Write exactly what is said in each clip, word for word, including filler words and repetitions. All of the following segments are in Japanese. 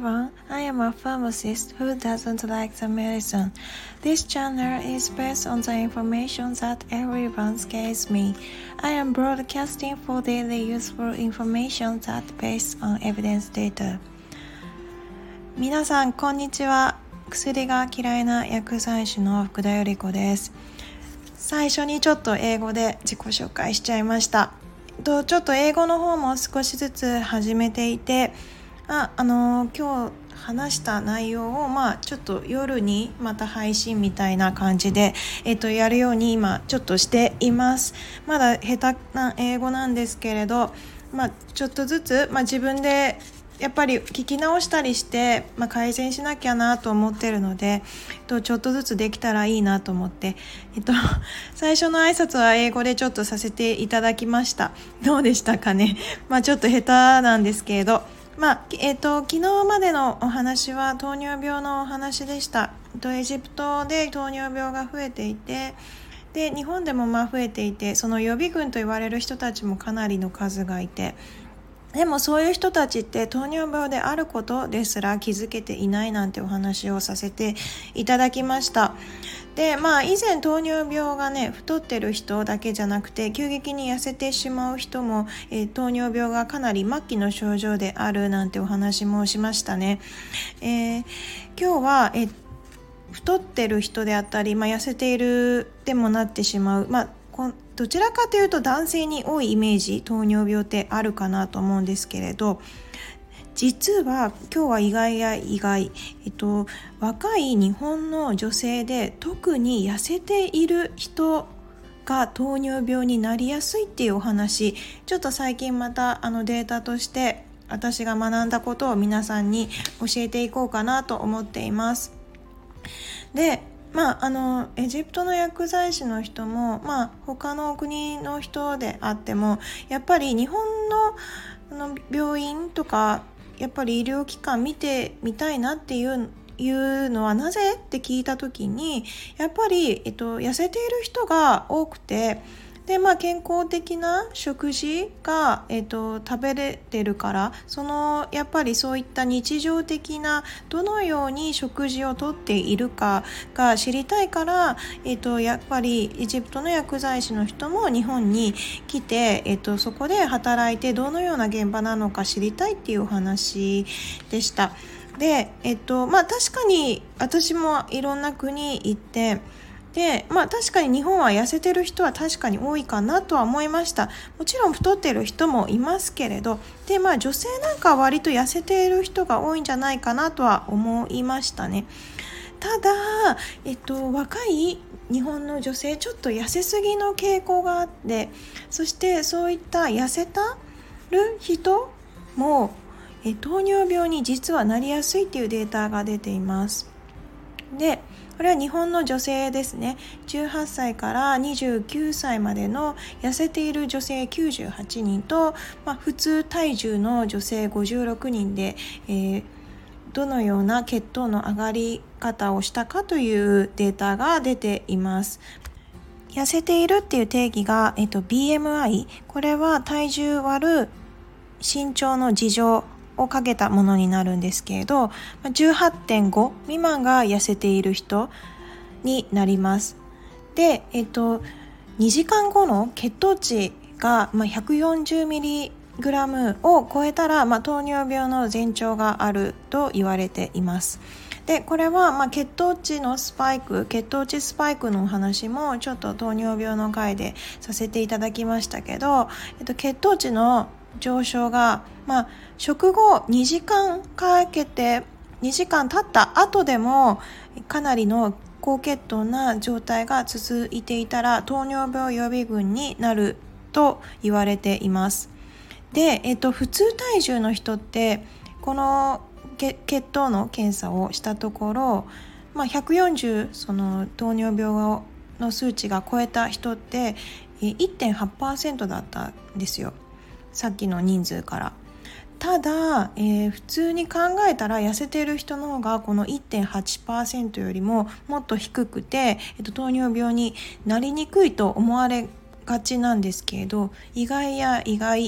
everyone, I am a pharmacist who doesn't like the medicine. This channel is based on the information that everyone gives me. I am broadcasting for daily useful information that based on evidence data. 皆さんこんにちは。薬が嫌いな薬剤師の福田由里子です。最初にちょっと英語で自己紹介しちゃいました。とちょっと英語の方も少しずつ始めていて、あ、あのー、今日話した内容をまあちょっと夜にまた配信みたいな感じで、えっと、やるように今ちょっとしています。まだ下手な英語なんですけれど、まあ、ちょっとずつ、まあ、自分でやっぱり聞き直したりして、まあ、改善しなきゃなと思ってるので、えっと、ちょっとずつできたらいいなと思って、えっと、最初の挨拶は英語でちょっとさせていただきました。どうでしたかね。まあちょっと下手なんですけれど、まあえっと、昨日までのお話は糖尿病のお話でした。えっと、エジプトで糖尿病が増えていて、で日本でもまあ増えていて、その予備軍と言われる人たちもかなりの数がいて、でもそういう人たちって糖尿病であることですら気づけていないなんてお話をさせていただきました。で、まあ以前糖尿病がね、太ってる人だけじゃなくて急激に痩せてしまう人も、えー、糖尿病がかなり末期の症状であるなんてお話もしましたね。えー、今日は、えー、太ってる人であったり、まあ、痩せているでもなってしまう、まあどちらかというと男性に多いイメージ、糖尿病ってあるかなと思うんですけれど、実は今日は意外や意外、えっと、若い日本の女性で特に痩せている人が糖尿病になりやすいっていうお話、ちょっと最近またあのデータとして私が学んだことを皆さんに教えていこうかなと思っています。でまあ、あのエジプトの薬剤師の人も、まあ、他の国の人であってもやっぱり日本の、あの病院とかやっぱり医療機関見てみたいなっていういうのはなぜって聞いた時にやっぱり、えっと、痩せている人が多くて、で、まあ、健康的な食事が、えっと、食べれてるから、そのやっぱりそういった日常的などのように食事をとっているかが知りたいから、えっと、やっぱりエジプトの薬剤師の人も日本に来て、えっと、そこで働いてどのような現場なのか知りたいっていうお話でした。で、えっと、まあ確かに私もいろんな国行ってで、まあ確かに日本は痩せてる人は確かに多いかなとは思いました。もちろん太ってる人もいますけれど、で、まあ女性なんかは割と痩せている人が多いんじゃないかなとは思いましたね。ただ、えっと、若い日本の女性ちょっと痩せすぎの傾向があって、そしてそういった痩せたる人もえ糖尿病に実はなりやすいっていうデータが出ています。で、これは日本の女性ですね。じゅうはっさいからにじゅうきゅうさいまでの痩せている女性きゅうじゅうはちにんと、まあ、普通体重の女性ごじゅうろくにんで、えー、どのような血糖の上がり方をしたかというデータが出ています。痩せているっていう定義が、えっと、ビーエムアイ、これは体重割る身長の事情をかけたものになるんですけれど、じゅうはってんご未満が痩せている人になります。で、えっと、にじかんごの血糖値がひゃくよんじゅうミリグラムを超えたら、まあ、糖尿病の前兆があると言われています。で、これは、まあ、血糖値のスパイク、血糖値スパイクのお話もちょっと糖尿病の回でさせていただきましたけど、えっと、血糖値の上昇が、まあ、食後にじかんかけてにじかん経った後でもかなりの高血糖な状態が続いていたら糖尿病予備軍になると言われています。で、えっと、普通体重の人ってこの血糖の検査をしたところ、まあ、ひゃくよんじゅうその糖尿病の数値が超えた人って いってんはちパーセント だったんですよ、さっきの人数から。ただ、えー、普通に考えたら痩せている人の方がこの いってんはちパーセント よりももっと低くて、えっと、糖尿病になりにくいと思われがちなんですけれど、意外や意外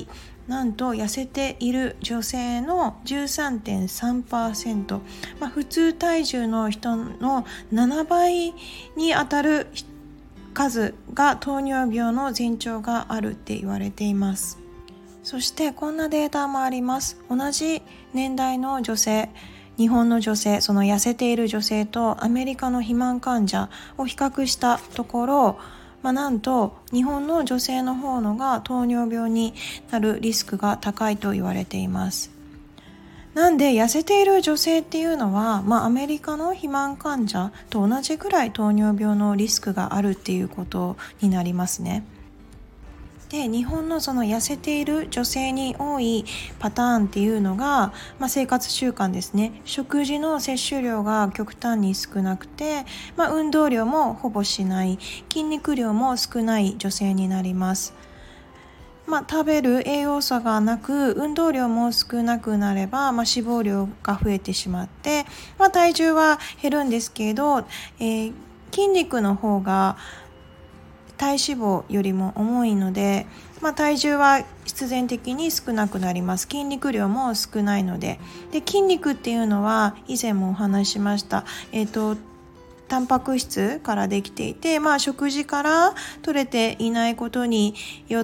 なんと痩せている女性の じゅうさんてんさんパーセント、まあ、普通体重の人のななばいにあたる数が糖尿病の前兆があるって言われています。そしてこんなデータもあります。同じ年代の女性、日本の女性、その痩せている女性とアメリカの肥満患者を比較したところ、まあ、なんと日本の女性の方のが糖尿病になるリスクが高いと言われています。なんで痩せている女性っていうのは、まあ、アメリカの肥満患者と同じくらい糖尿病のリスクがあるっていうことになりますね。で、日本のその痩せている女性に多いパターンっていうのが、まあ、生活習慣ですね。食事の摂取量が極端に少なくて、まあ、運動量もほぼしない、筋肉量も少ない女性になります。まあ、食べる栄養素がなく運動量も少なくなれば、まあ、脂肪量が増えてしまって、まあ、体重は減るんですけど、えー、筋肉の方が体脂肪よりも重いので、まあ、体重は必然的に少なくなります。筋肉量も少ないので、で筋肉っていうのは以前もお話ししました、えーとタンパク質からできていて、まあ、食事から取れていないことによって、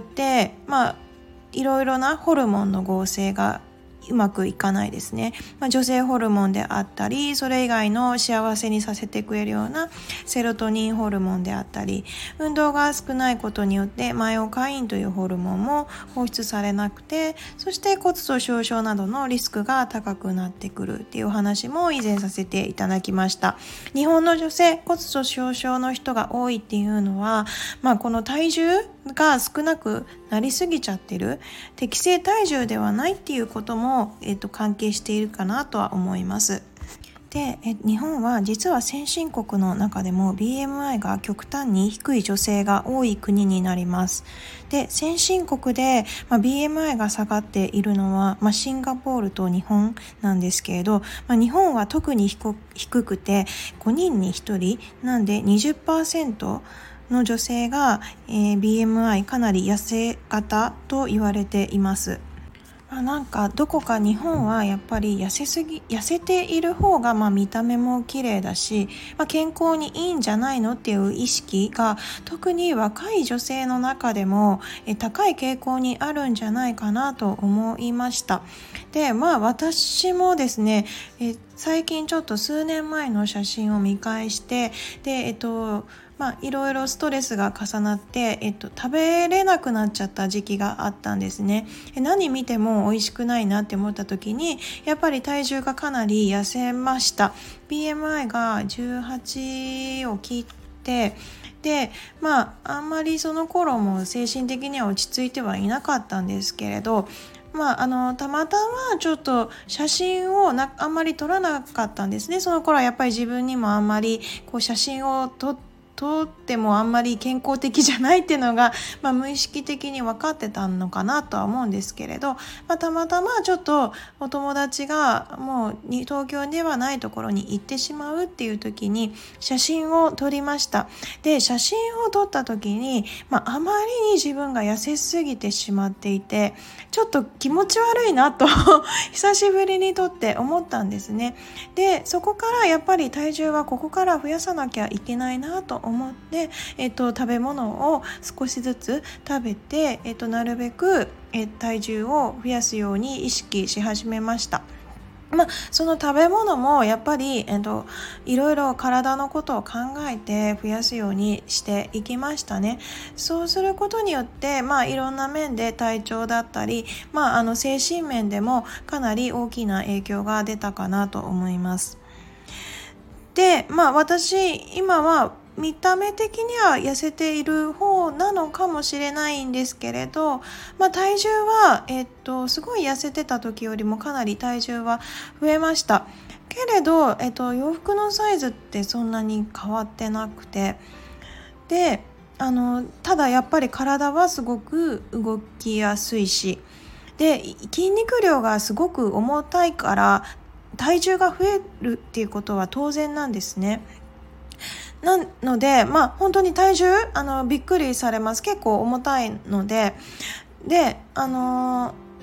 まあ、いろいろなホルモンの合成がうまくいかないですね。まあ、女性ホルモンであったり、それ以外の幸せにさせてくれるようなセロトニンホルモンであったり、運動が少ないことによってマイオカインというホルモンも放出されなくて、そして骨粗しょう症などのリスクが高くなってくるっていう話も以前させていただきました。日本の女性、骨粗しょう症の人が多いっていうのは、まあ、この体重が少なくなりすぎちゃってる、適正体重ではないっていうことも、えっと、関係しているかなとは思います。で、え日本は実は先進国の中でも ビーエムアイ が極端に低い女性が多い国になります。で、先進国で、まあ、ビーエムアイ が下がっているのは、まあ、シンガポールと日本なんですけれど、まあ、日本は特に低くてごにんにひとりなんで にじゅっパーセントの女性が、えー、ビーエムアイ かなり痩せ型と言われています。まあ、なんかどこか日本はやっぱり痩せすぎ痩せている方がまあ見た目も綺麗だし、まあ、健康にいいんじゃないのっていう意識が特に若い女性の中でもえ高い傾向にあるんじゃないかなと思いました。で、まあ私もですね、え最近ちょっと数年前の写真を見返して、でえっとまあいろいろストレスが重なって、えっと、食べれなくなっちゃった時期があったんですね。何見ても美味しくないなって思った時に、やっぱり体重がかなり痩せました。ビーエムアイ がじゅうはちを切って、で、まああんまりその頃も精神的には落ち着いてはいなかったんですけれど、まあ、あのたまたまちょっと写真をなあんまり撮らなかったんですね。その頃はやっぱり自分にもあんまりこう写真を撮ってとってもあんまり健康的じゃないっていうのが、まあ、無意識的に分かってたのかなとは思うんですけれど、まあ、たまたまちょっとお友達がもう東京ではないところに行ってしまうっていう時に写真を撮りました。で、写真を撮った時に、まあ、あまりに自分が痩せすぎてしまっていて、ちょっと気持ち悪いなと久しぶりに撮って思ったんですね。で、そこからやっぱり体重はここから増やさなきゃいけないなと思って、えっと、食べ物を少しずつ食べて、えっと、なるべく、え体重を増やすように意識し始めました。まあ、その食べ物もやっぱり、えっと、いろいろ体のことを考えて増やすようにしていきましたね。そうすることによって、まあ、いろんな面で体調だったり、まあ、あの精神面でもかなり大きな影響が出たかなと思います。で、まあ、私今は見た目的には痩せている方なのかもしれないんですけれど、まあ、体重は、えっと、すごい痩せてた時よりもかなり体重は増えました。けれど、えっと、洋服のサイズってそんなに変わってなくて、で、あの、ただやっぱり体はすごく動きやすいし、で、筋肉量がすごく重たいから体重が増えるっていうことは当然なんですね。なので、まあ本当に体重あのびっくりされます。結構重たいので、で、あの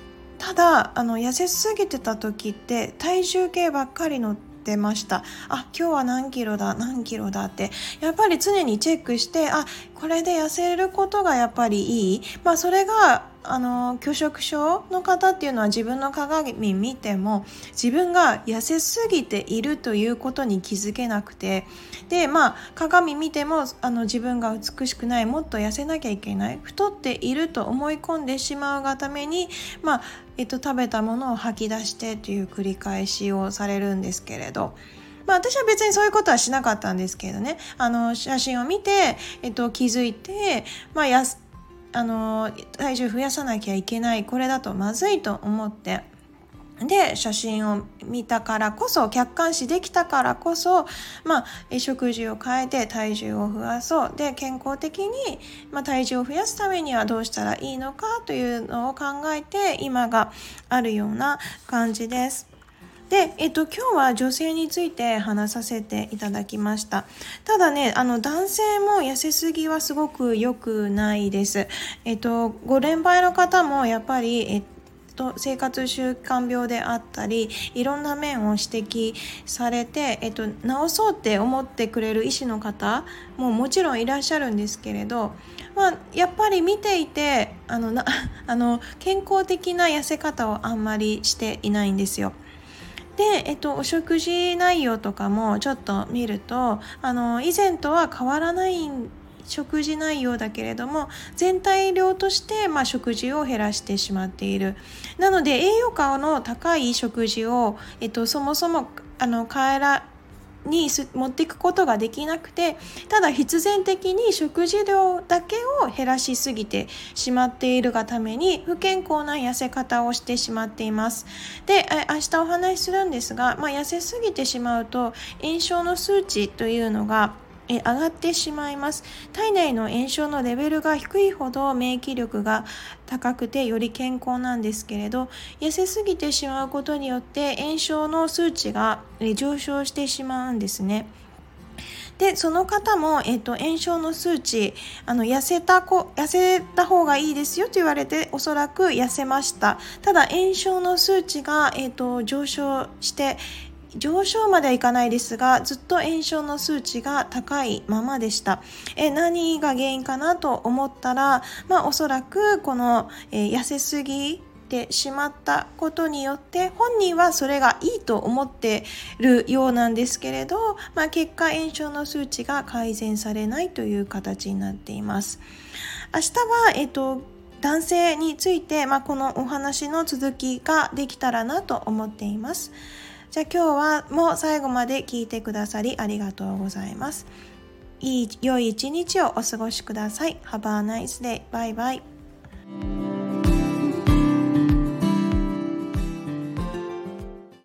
ただあの痩せすぎてた時って体重計ばっかり乗ってました。あ、今日は何キロだ何キロだってやっぱり常にチェックして、あ、これで痩せることがやっぱりいい。まあそれがあの拒食症の方っていうのは自分の鏡見ても自分が痩せすぎているということに気づけなくて、でまあ鏡見てもあの自分が美しくない、もっと痩せなきゃいけない、太っていると思い込んでしまうがために、まあえっと、食べたものを吐き出してという繰り返しをされるんですけれど、まあ、私は別にそういうことはしなかったんですけれどね、あの写真を見て、えっと、気づいて、まあ、やすあの体重増やさなきゃいけない、これだとまずいと思って、で写真を見たからこそ、客観視できたからこそ、まあ、食事を変えて体重を増やそう、で健康的に、まあ、体重を増やすためにはどうしたらいいのかというのを考えて今があるような感じです。で、えっと、今日は女性について話させていただきました。ただね、あの男性も痩せすぎはすごく良くないです。えっと、ご年配の方もやっぱり、えっと、生活習慣病であったりいろんな面を指摘されて、えっと、治そうって思ってくれる医師の方ももちろんいらっしゃるんですけれど、まあ、やっぱり見ていてあのなあの健康的な痩せ方をあんまりしていないんですよ。で、えっと、お食事内容とかもちょっと見ると、あの以前とは変わらない食事内容だけれども、全体量として、まあ、食事を減らしてしまっている。なので栄養価の高い食事を、えっと、そもそもあの変えらに持っていくことができなくて、ただ必然的に食事量だけを減らしすぎてしまっているがために不健康な痩せ方をしてしまっています。で、明日お話しするんですが、まあ、痩せすぎてしまうと炎症の数値というのが上がってしまいます。体内の炎症のレベルが低いほど免疫力が高くてより健康なんですけれど、痩せすぎてしまうことによって炎症の数値が上昇してしまうんですね。でその方も、えーと、炎症の数値、あの痩せた子痩せた方がいいですよと言われておそらく痩せました。ただ炎症の数値が、えーと、上昇して上昇まではいかないですが、ずっと炎症の数値が高いままでした。え何が原因かなと思ったら、まあ、おそらくこの、えー、痩せすぎてしまったことによって本人はそれがいいと思っているようなんですけれど、まあ、結果炎症の数値が改善されないという形になっています。明日は、えっと男性について、まあ、このお話の続きができたらなと思っています。じゃあ今日はもう最後まで聞いてくださりありがとうございます。いい良い一日をお過ごしください。Have a nice day. バイバイ。